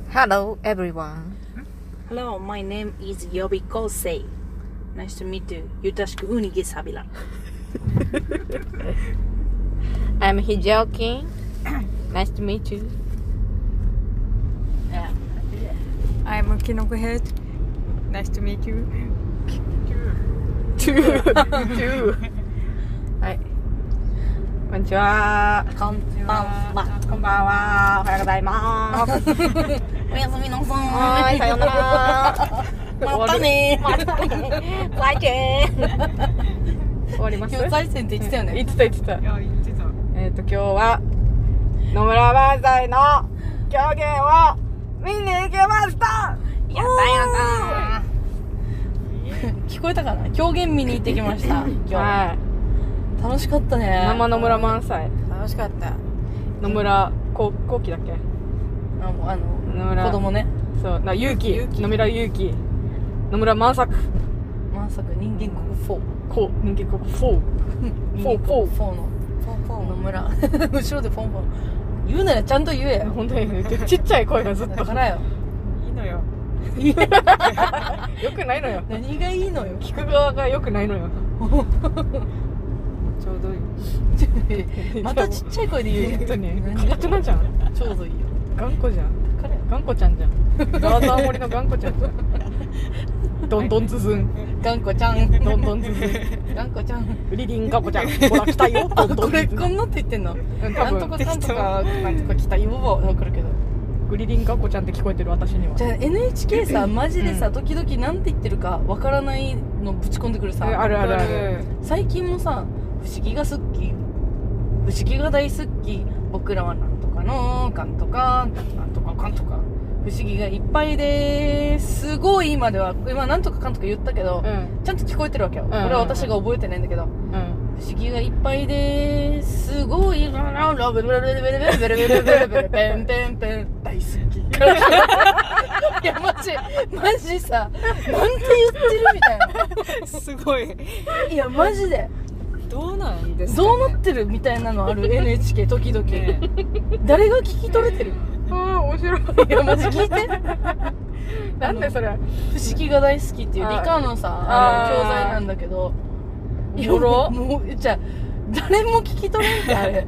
Hello everyone. Hello, my name is Yobi Kosei. Nice to meet you. Yutasuku Unigi Sabira. I'm Hijoki. Nice to meet you. Yeah. I'm Kinokohead. Nice to meet you. Two. はい。こんにちは。 こんばんは。 こんばんは。おはようございます。 おやすみなさはい、さようなら。 またねまたね。再見。終わります。 今日財前って言ってたよね。 言ってた言ってた。 いや、言ってた。 今日は野村萬歳の狂言を見に行きました。 やった聞こえたかな。狂言見に行ってきました今日、 は楽しかったい。 ね。 生野村萬歳。 楽しかった。 野村後期だっけ？野村子供ね。 そうな勇気。野村勇気。野村万作。 まさか人間国人間国4。 4の野村後ろでポンポン言うならちゃんと言えよ。 本当にちっちゃい声がずっと。 だからよ。 いいのよ。 よくないのよ。 何がいいのよ。 聞く側がよくないのよ。 ちょうどいい。 またちっちゃい声で言えよ。 本当に何が形なんじゃん。 ちょうどいいよ。 頑固じゃん。 彼頑固ちゃんじゃん。ザーザー森の頑固ちゃんじゃん。どんどんずずん。 頑固ちゃん。 どんどんずずん。 頑固ちゃん。 ウリリン頑固ちゃん。ほら来たよ。どんどこんずずん。 れこんなって言ってんの。 多なんと分かかんとかなんとか来たよはわかるけど。 グリリン頑固ちゃんって聞こえてる私には。 じゃあ NHK さマジでさ時々なんて言ってるかわからないのぶち込んでくるさ。 あるあるある。 最近もさ不思議が好き。不思議が大好き。僕らはなんとかのかんとかなんとかかんとか。不思議がいっぱいでーす。すごい今では今なんとかかんとか言ったけど、ちゃんと聞こえてるわけよ。これは私が覚えてないんだけど、不思議がいっぱいでーす。すごいラララベルベルベルベルベルベルベルベルベルペンペンペン大好き。いやマジさなんて言ってるみたいな。 すごい。 いやマジでどうなんですか、ね、 どうなってるみたいなのある NHK 時々、ね、誰が聞き取れてる。 面白い。 いやマジ聞いて。 なんでそれ。 不思議が大好きっていう理科のさ教材なんだけど、いやもうじゃあ誰も聞き取れんってあれ。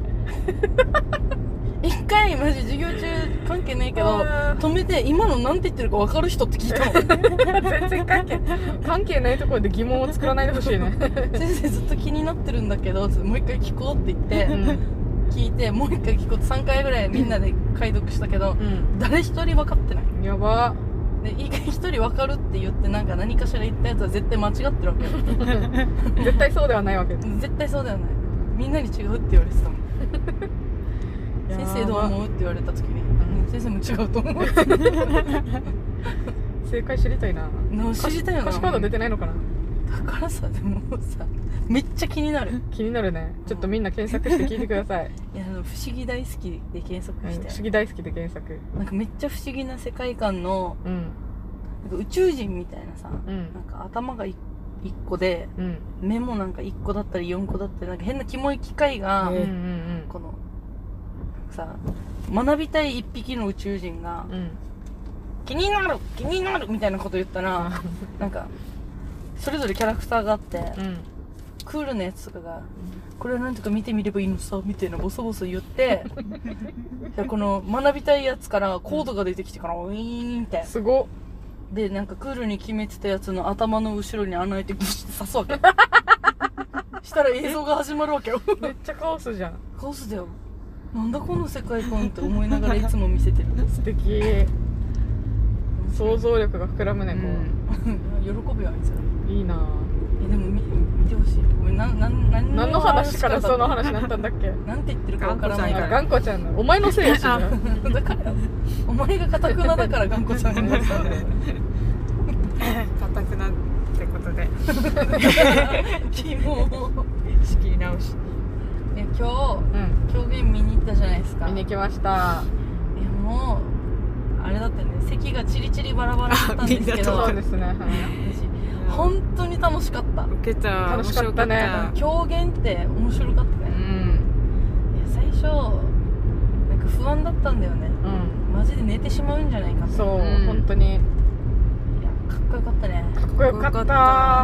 一回マジ授業中関係ないけど止めて今のなんて言ってるか分かる人って聞いたの。 全然関係ないところで疑問を作らないでほしいね。 先生ずっと気になってるんだけどもう一回聞こうって言って、聞いてもう一回聞こうって3回ぐらいみんなで解読したけど、誰一人分かってない。 やば。 で一人分かるって言ってなんか何かしら言ったやつは絶対間違ってるわけよ。 絶対そうではないわけ。 絶対そうだよね。みんなに違うって言われてたもん。先生どう思うって言われた時に、先生も違うと思う。 正解知りたいな。 知りたいよな。 歌詞カード出てないのかな。 だからさでもさめっちゃ気になる。 気になるね。ちょっとみんな検索して聞いてください。 いや不思議大好きで検索して、 不思議大好きで検索。 なんかめっちゃ不思議な世界観の、なんか宇宙人みたいなさ、なんか頭が1個で、目もなんか1個だったり4個だったりなんか変なキモい機械が、このさ学びたい1匹の宇宙人が、気になるみたいなこと言ったらなんかそれぞれキャラクターがあって、クールなやつとかが、これはなんとか見てみればいいのさみたいなボソボソ言ってこの学びたいやつからコードが出てきてからウィーンってすごっでなんかクールに決めてたやつの頭の後ろに穴開いてブシッて刺すわけ。したら映像が始まるわけよ。 めっちゃカオスじゃん。 カオスだよ。なんだこの世界観って思いながらいつも見せてる。 素敵。想像力が膨らむね、こう。喜ぶよあいつら。 いいな。 でも見てほしい。ごめん何の話からその話になったんだっけ。 なんて言ってるかわからないから。 頑固ちゃんのお前のせいやしな。 だからお前が堅くなだから頑固ちゃんになったんだよ。 固くなってことでキモ仕切り直し。 今日狂言見に行ったじゃないですか。 見に行きました。 いやもうあれだったよね。席がチリチリバラバラだったんですけど。 そうですね。 本当に楽しかった。 受けた。 楽しかったね。 狂言って面白かったね。いや最初なんか不安だったんだよね。 マジで寝てしまうんじゃないかと。 そう、本当に。いや、 かっこよかったね。 かっこよかった。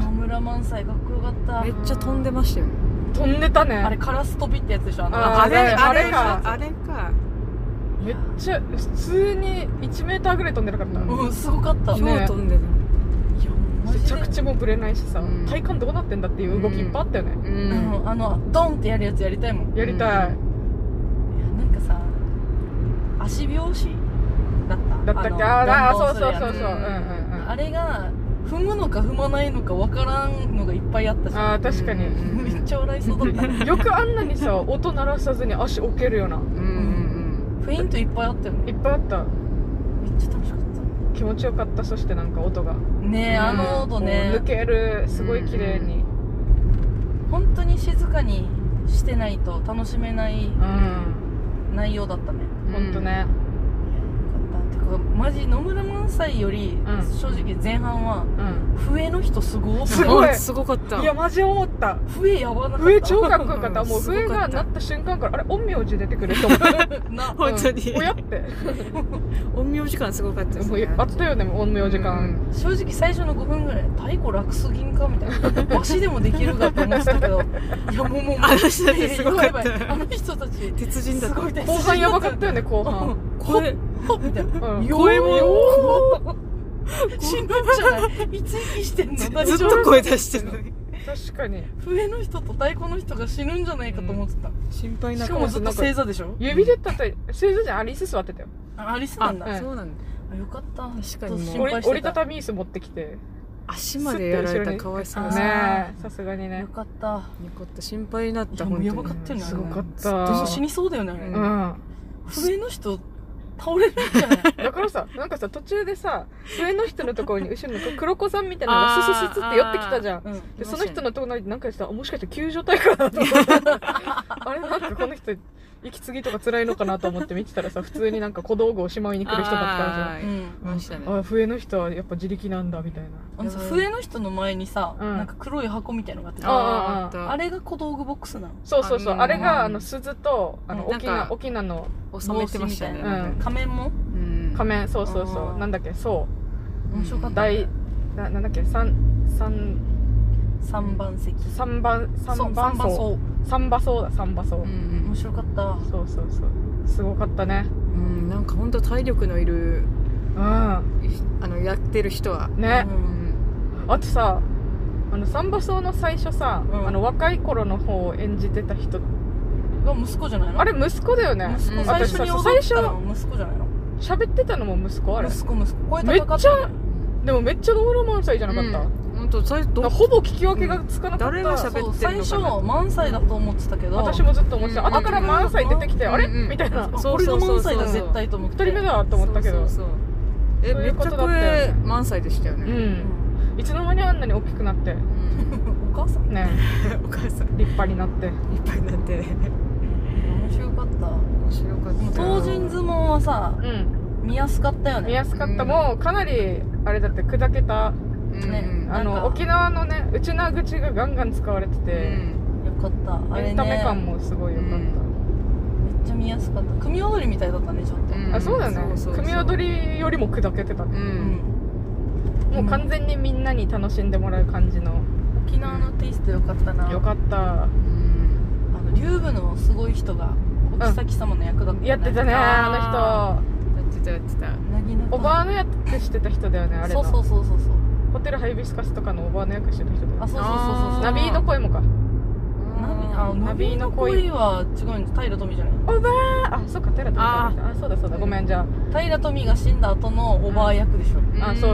野村萬斎かっこよかった。 めっちゃ飛んでましたよね。 飛んでたね。 あれカラス飛びってやつでしょ。 あれか。 めっちゃ普通に1メーターぐらい飛んでなかった。 うん、すごかった。 超飛んでた。 着地もぶれないしさ、体幹どうなってんだっていう動きいっぱいあったよね。 ドンってやるやつやりたいもん。 やりたい。 なんかさ、足拍子だったっけ。そうあれが踏むのか踏まないのか分からんのがいっぱいあったし。 確かにめっちゃ笑いそうだった。 よくあんなにさ、音鳴らさずに足置けるような。 フェイントいっぱいあったよね。 いっぱいあった。 めっちゃ楽しかった。 気持ちよかった。そしてなんか音がねえ、あの音ね、 抜ける。すごい綺麗に。 本当に静かにしてないと楽しめない内容だったね。 本当ね。 てかマジ野村萬斎より正直前半は笛の人すごかった。 いやマジ思った。 笛やばなかった。 笛超かっこよかった。もう笛が鳴った瞬間からあれ陰陽師出てくると思った。 本当におやって陰陽時間すごかったですね。 あったよね、陰陽時間。 正直最初の5分ぐらい太鼓楽すぎんかみたいな、わしでもできるかと思ってたけど、いやもうあの人たちすごかった。 あの人たち鉄人だった。 後半やばかったよね。後半声みたいな、 声も死ぬんじゃない？いつ息してんの？ ずっと声出してるのに。 確かに笛の人と太鼓の人が死ぬんじゃないかと思ってた。 心配な。 しかもずっと正座でしょ。 指で立って正座じゃん。アリス座ってたよ。 アリスなんだ。 そうなんだ。 よかった。 確かに折りたたみ椅子持ってきて足までやられた。かわいそうね。さすがにね。 よかった。 心配になった。 やばかったよね。 すごかった。 死にそうだよね。笛の人倒れるんじゃない？ だからさ、なんかさ、途中でさ、上の人のところに後ろの黒子さんみたいなのがススススって寄ってきたじゃん。でその人のところになんかさ、もしかして救助隊かなと思ってあれなんかこの人息継ぎとか辛いのかなと思って見てたらさ、普通になんか小道具をしまいに来る人だったじゃん。笛の人はやっぱ自力なんだみたいな。 笛の人の前にさ、なんか黒い箱みたいなのがあって、あれが小道具ボックスなの。 そうあれが鈴と沖縄の収めてましたね。 仮面も仮面、そうなんだっけ、そう面白かったね。 なんだっけ、3番席、3番層だ。 面白かった。 そうすごかったね。 なんか本当体力のいるやってる人はね。あとさ、サンバ層の最初さ、若い頃の方を演じてた人が息子じゃないの？ あれ息子だよね。 最初に踊ったの息子じゃないの？ 喋ってたのも息子。あれ息子声高かったね。 でもめっちゃ野村萬斎じゃなかった？ 本当ほぼ聞き分けがつかなかった。 誰が喋ってるのかな。 最初萬斎だと思ってたけど、 私もずっと思ってた。後から萬斎出てきてあれみたいな。 これが萬斎だ絶対と思って。 2人目だと思ったけど。 めっちゃ声萬斎でしたよね。 いつの間にあんなに大きくなって。 お母さんね。 お母さん立派になって。 面白かった。東尋相撲はさ、見やすかったよね。 見やすかった。もうかなりあれだって砕けた。沖縄のね、内縄口がガンガン使われてて、 よかった。 エンタメ感もすごいよかった。めっちゃ見やすかった。組踊りみたいだったね、ちょっと。 そうだね。組踊りよりも砕けてた。もう完全にみんなに楽しんでもらう感じの。 沖縄のテイストよかったな。 よかった。 竜部のすごい人がお妃様の役だったね。 やってたね、あの人。やってた。 おばあの役してた人だよね、あれの。 そう。 ホテルハイビスカスとかのおばあの役してた人だよね。 そう。 ナビーの声もか。 ナビーの声は違うんです。平富じゃない。 おばあ、そっか、平富か。そうだ、ごめん、じゃあ。平富が死んだ後のおばあ役でしょ。 そう。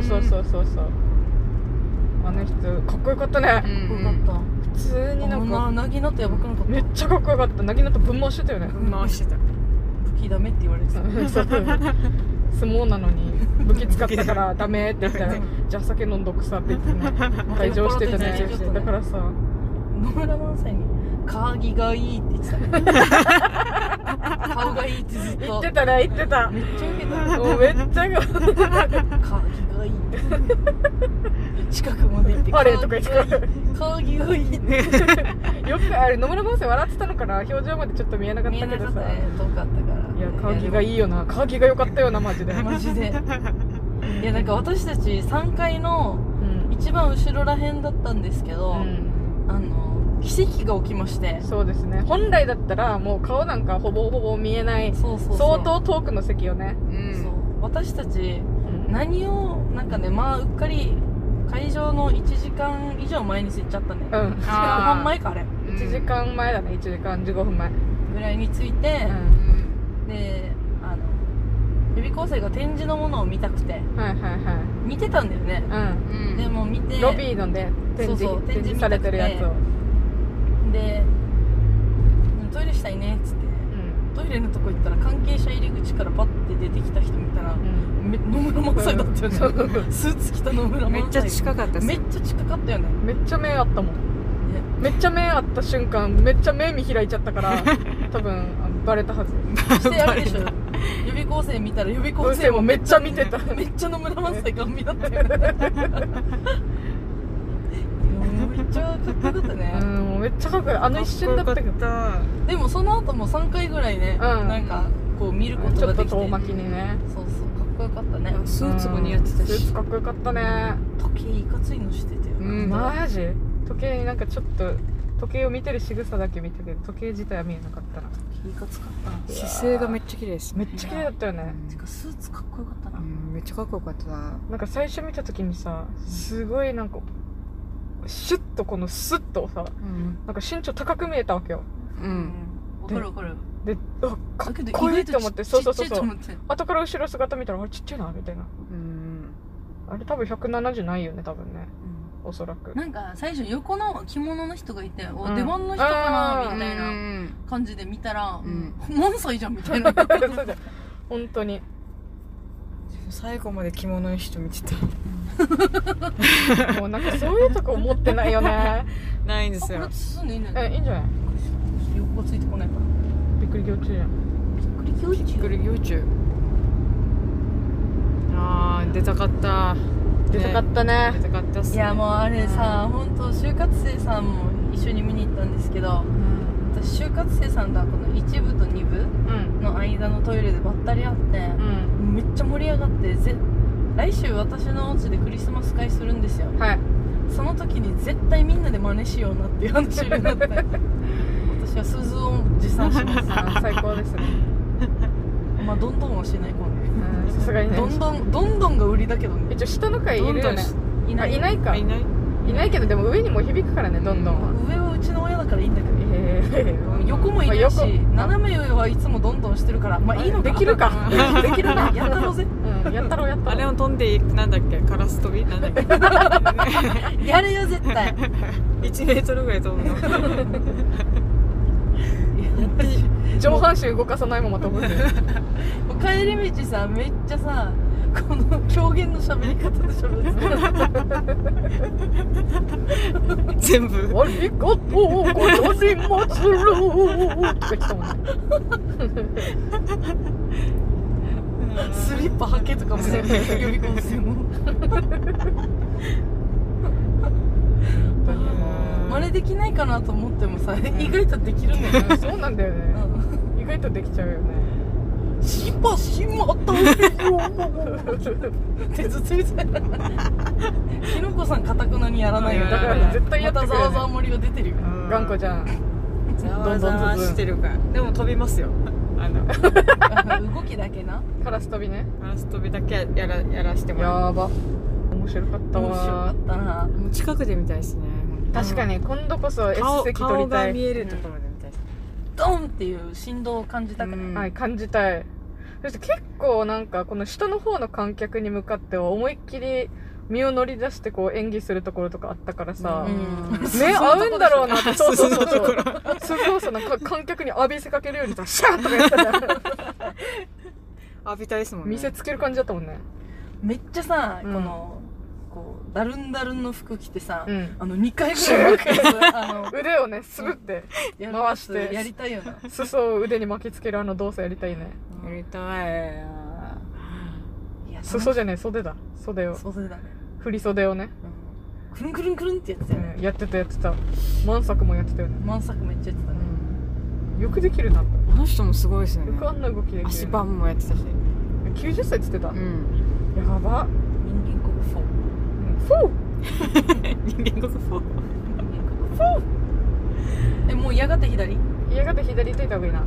あの人、かっこよかったね。 かっこよかった。 普通になんか。 なぎなとやばくなかった。 めっちゃかっこよかった。なぎなと分回してたよね。 武器ダメって言われてた。 相撲なのに武器使ったからダメって言ったらじゃあ酒飲んどくさって言ってね退場してたね。だからさ、 野村萬斎に鍵がいいって言ってた。顔がいいってずっと言ってたね。言ってた。 めっちゃウケた。 もうめっちゃ鍵がいい近くまで行ってパレーとか言って鍵がいいってよくあれ野村萬世笑ってたのかな、表情までちょっと見えなかったけどさ、 遠かったから。 いやカーギがいいよな、カーギが良かったよなマジでマジで。いやなんか私たち3階の一番後ろらへんだったんですけど、奇跡が起きまして。 そうですね、本来だったらもう顔なんかほぼほぼ見えない、相当遠くの席よね。 そう私たち何をなんかね、まあうっかり会場の1時間以上前に着いちゃったね。1時間半前かあれ。 1時間前だね、1時間15分前ぐらいに着いて、で予備校生が展示のものを見たくて、見てたんだよね。でも見てロビーので展示されてるやつをで、トイレしたいねっつって、トイレのとこ行ったら関係者入り口からパッて出てきた人見たら、野村萬斎だったよね。スーツ着た野村萬斎。 めっちゃ近かった。 めっちゃ近かったよね。 めっちゃ目あったもん。めっちゃ目あった瞬間めっちゃ目見開いちゃったから多分バレたはず。 してあるでしょ。予備校生見たら予備校生もめっちゃ見てた。めっちゃ野村萬斎が見だったよね。めっちゃかっこよかったね。 もうめっちゃかっこよかった。一瞬だったけど。 でもその後も3回ぐらいね、なんかこう見ることができて、 ちょっと遠巻きにね。 そうそうかっこよかったね。 スーツも似合ってたし、 スーツかっこよかったね。 時計いかついのしててよ。 マジ？時計になんかちょっと時計を見てる仕草だけ見たけど時計自体は見えなかったな。 いかつかった。 姿勢がめっちゃ綺麗です。 めっちゃ綺麗だったよね。 てかスーツかっこよかったな。 めっちゃかっこよかったな。 なんか最初見た時にさ、すごいなんかシュッとこのスッとさ、なんか身長高く見えたわけよ。 わかるわかる。 で、かっこいいと思って、そう。後から後ろ姿見たらあれちっちゃいなみたいな。あれ多分170ないよね多分ね。おそらくなんか最初横の着物の人がいて、出番の人かなみたいな感じで見たら、萬斎じゃんみたいな。 本当に最後まで着物の人見てた。 もうなんかそういうとこ思ってないよね。 ないんですよ。 これ進んでいいんじゃない？ いいんじゃない？ 横がついてこないから。 びっくり行中じゃん。 びっくり行中。 出たかった。 出たかったね。 出たかったっすね。 いやもうあれさ、本当就活生さんも一緒に見に行ったんですけど、私就活生さんとはこの1部と2部の間のトイレでばったり会って、めっちゃ盛り上がって、来週私のお家でクリスマス会するんですよ。その時に絶対みんなで真似しようなっていう話になって私は鈴を持参します。 最高ですね。 まあどんどんはしない今度。 さすがにね。 どんどんが売りだけどね。 一応下の階いるよね。いないか。いないけどでも上にも響くからね、どんどん。 上はうちの親だからいいんだけど。横もいないし、斜め上はいつもどんどんしてるから、まあいいのか。 できるか。 できるね。やったろうぜ。 やったろう。 あれを飛んでなんだっけ、カラス飛びなんだっけ。 やるよ絶対。 1メートルぐらい飛ぶの。 上半身動かさないまま飛ぶんで。 帰り道さ、めっちゃさ、この狂言の喋り方で喋って全部ありがとうございまするとか言ったもんね。 スリッパ履けとかもね、呼び込むせも真似できないかなと思ってもさ、意外とできるんだよね。 そうなんだよね。意外とできちゃうよね。 しまったんですよ。手筒みたいな。きのこさんかたくなにやらないよ。 だから絶対やってくれる。 またざわざわ盛りが出てるよ。 頑固じゃん。 ざわざわしてるから。でも飛びますよ。 動きだけな。 カラス飛びね。 カラス飛びだけやらしてもらう。 やば。面白かったわ。 面白かったな。 もう近くで見たいですね。 確かに今度こそ S 席取りたい。 顔が見えるところで見たいです。 ドンっていう振動を感じたから。 はい、感じたい。そして結構なんかこの下の方の観客に向かっては思いっきり身を乗り出してこう演技するところとかあったからさ、目合うんだろうなって。そうなんか観客に浴びせかけるようにさシャーッとかやったじゃん。 浴びたいですもんね。 見せつける感じだったもんね。 めっちゃさ、このこうダルンダルンの服着てさ、 2 回ぐらい腕をねすぶって回してやりたいよな。 裾を腕に巻きつけるあの動作やりたいね。 やりたい。 裾じゃねえ、袖だ。袖を。 袖だね。 振り袖をね。 くるんくるんくるんってやってたよね、 やってた満作もやってたよね。 満作めっちゃやってたね、 よくできるなと。 あの人もすごいですよね。 よくあんな動きできる。 足盤もやってたし。 90歳っつってた。やば。 人間国フォー人間国フォー。 もうやがて左やがて左行っといた方がいいな。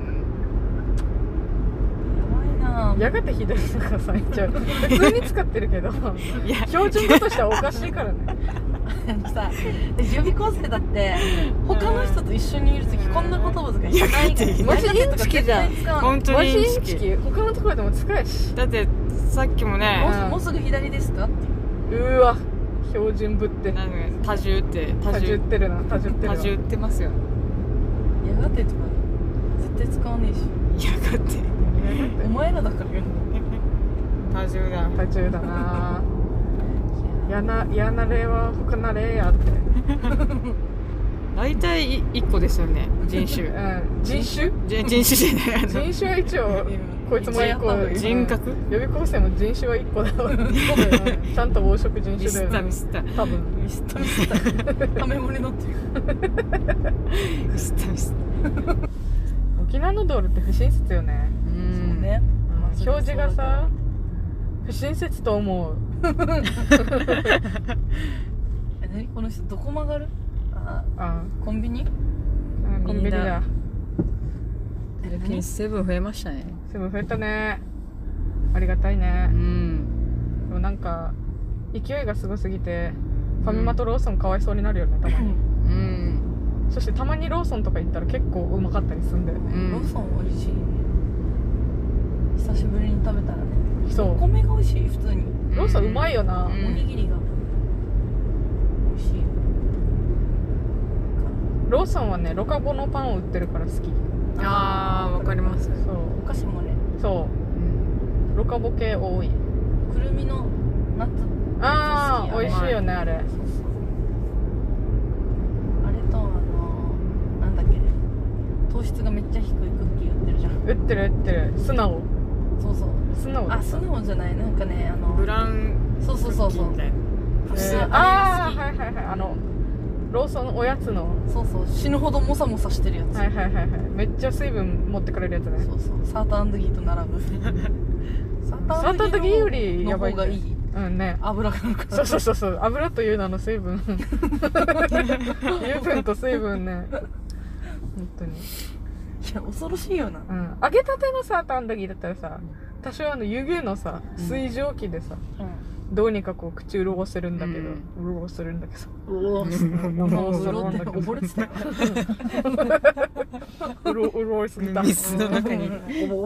やがて左とかさ、一応普通に使ってるけど標準語としてはおかしいからね。 さ、予備校生だって他の人と一緒にいるときこんな言葉遣いしないから。 マジインチキじゃん。 本当にインチキ。 他のところでも使えし。 だってさっきもね、 もうすぐ左ですかってうわ、標準ぶって多重って多重ってるな。 多重ってますよ。 やがてとか絶対使わねえし。 やがてお前らだから言うの。 多重だ。 多重だな。やなれは他なれやって。 大体1個ですよね、人種。 人種人種じゃない。 人種は一応こいつも1個。 人格。 予備校生も人種は1個だわ。ちゃんと黄色人種だよね。 ミスった多分ミスったためもり乗ってる。 ミスった沖縄の道路って不親切よね。 そうね、 表示がさ不親切と思う。 何この人どこ曲がる？コンビニ？ コンビニだ。 最近セブン増えましたね。 セブン増えたね。ありがたいね。でもなんか勢いがすごすぎてファミマとローソンかわいそうになるよね、たまに。そしてたまにローソンとか行ったら結構うまかったりするんだよね。 ローソン美味しい。久しぶりに食べたらね。 そう。 お米が美味しい、普通に。 ローソンうまいよな。 おにぎりが美味しい。 ローソンはね、ロカボのパンを売ってるから好き。 あー、わかります。 そう。 お菓子もね。 そう。ロカボ系多い。 くるみのナッツ。 あー、美味しいよね、あれ。 そうそう。あれとなんだっけ、糖質がめっちゃ低いクッキー売ってるじゃん。 売ってる。素直。 そうそう。 素直。 素直じゃない、なんかね、 ブラウン。 そうみたいな。 はい。ローソンのおやつの。 そう死ぬほどモサモサしてるやつ。 はい。めっちゃ水分持ってくれるやつね。 そうサーターアンダギーと並ぶ。サーターアンダギーよりやばいの方がいい。 ね。 油があるから。 そう。油という名の水分。油分と水分ね。本当に。 いや、恐ろしいよな。 揚げたてのサーターアンダギーだったらさ、多少湯気のさ、水蒸気でさ、どうにかこう口潤わせるんだけど、潤わせるんだけど。 溺れてたよ。 潤いすぎた。 水の中に。 サ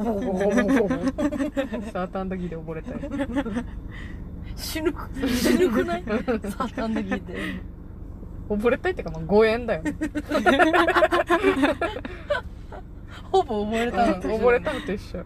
ーターアンダギーで溺れたよ。 死ぬくない？サーターアンダギーで。 溺れたいっていうか、5円だよね。 ほぼ溺れたのと一緒。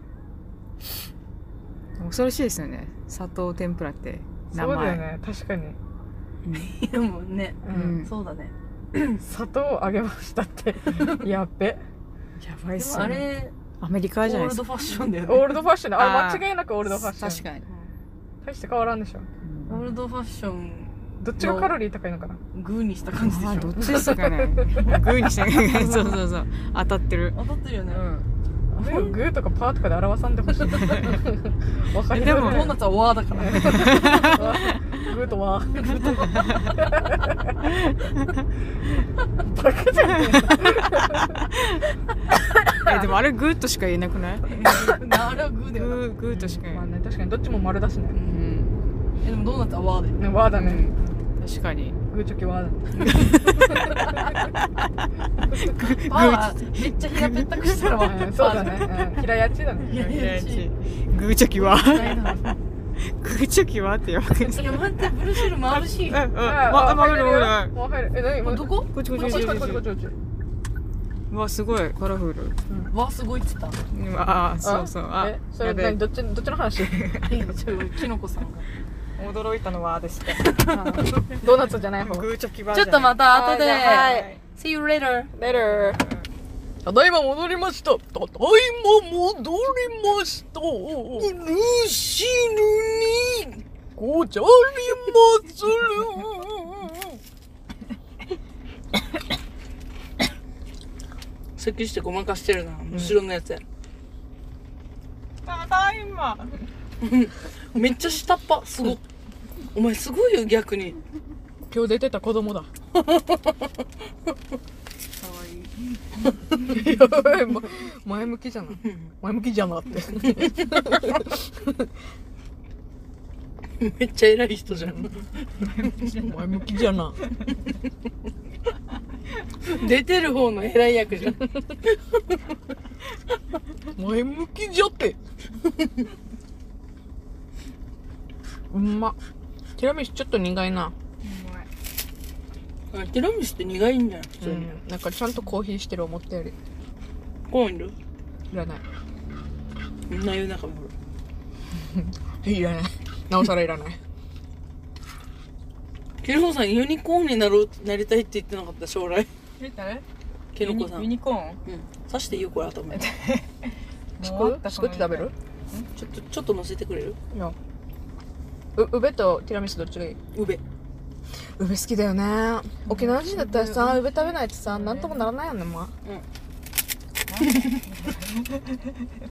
恐ろしいですよね、砂糖天ぷらって名前。 そうだよね、確かに。 でもね、そうだね。 砂糖をあげましたってやっべ。 やばいっすね。 あれアメリカじゃないですか。 オールドファッションだよね。 オールドファッションだ。間違いなくオールドファッション。 確かに。 大して変わらんでしょ。 オールドファッション。 どっちがカロリー高いのかな。 グーにした感じでしょ。 どっちですかね。グーにした感じ。そう当たってる。 当たってるよね。 グーとかパーとかで表さんでほしい。わかりづらい。 でもドーナツはワーだから。 グーとワー。バカじゃねえ。でもあれグーとしか言えなくない？ あれはグーだよ。 グーとしか言えない。 まあね、確かにどっちも丸だしね。 でもドーナツはワーだよね。 ワーだね。 確かに。 グーチョキワーだね。 パーはめっちゃ平べったくしたらワー。 そうだね。平やちだね。 平やち。グーチョキは？グーチョキはってやばくない？ いや待って、ブルーシール眩しい。 曲がる。 もう入る。何？ どこ？ こっち。うわ、すごいカラフル。 わ、すごいっつった。 そう。 それ何？どっちの話？ キノコさんが驚いたのはですか。 ドーナツじゃない方。 グーチョキは。 ちょっとまた後で。 はい。 See you later. Later. ただいま戻りました。ルーシールにござりまする。 咳してごまかしてるな、後ろのやつや。 ただいま。 めっちゃ下っ端、すご。お前すごいよ、逆に。 今日出てた子供だ。 かわいい。 やばい、前向きじゃな。前向きじゃなって。 めっちゃ偉い人じゃん。 前向きじゃな。 出てる方の偉い役じゃん。 前向きじゃって。うま。ティラミスちょっと苦いな。 ティラミスって苦いんじゃん、普通に。 なんかちゃんとコーヒーしてる思ったより。 コーンいる？ いらない。 みんな言う中もいらない。なおさらいらない。 ケロコさんユニコーンになりたいって言ってなかった、将来。 誰？ ケロコさん。 ユニコーン？ 刺していいよ、これ頭に。 すくって食べる？ ちょっと乗せてくれる？ いや。ウベとティラミスどっちがいい？ ウベ好きだよね。沖縄人だったらさ、ウベ食べないとさ、なんともならないよね、まあ。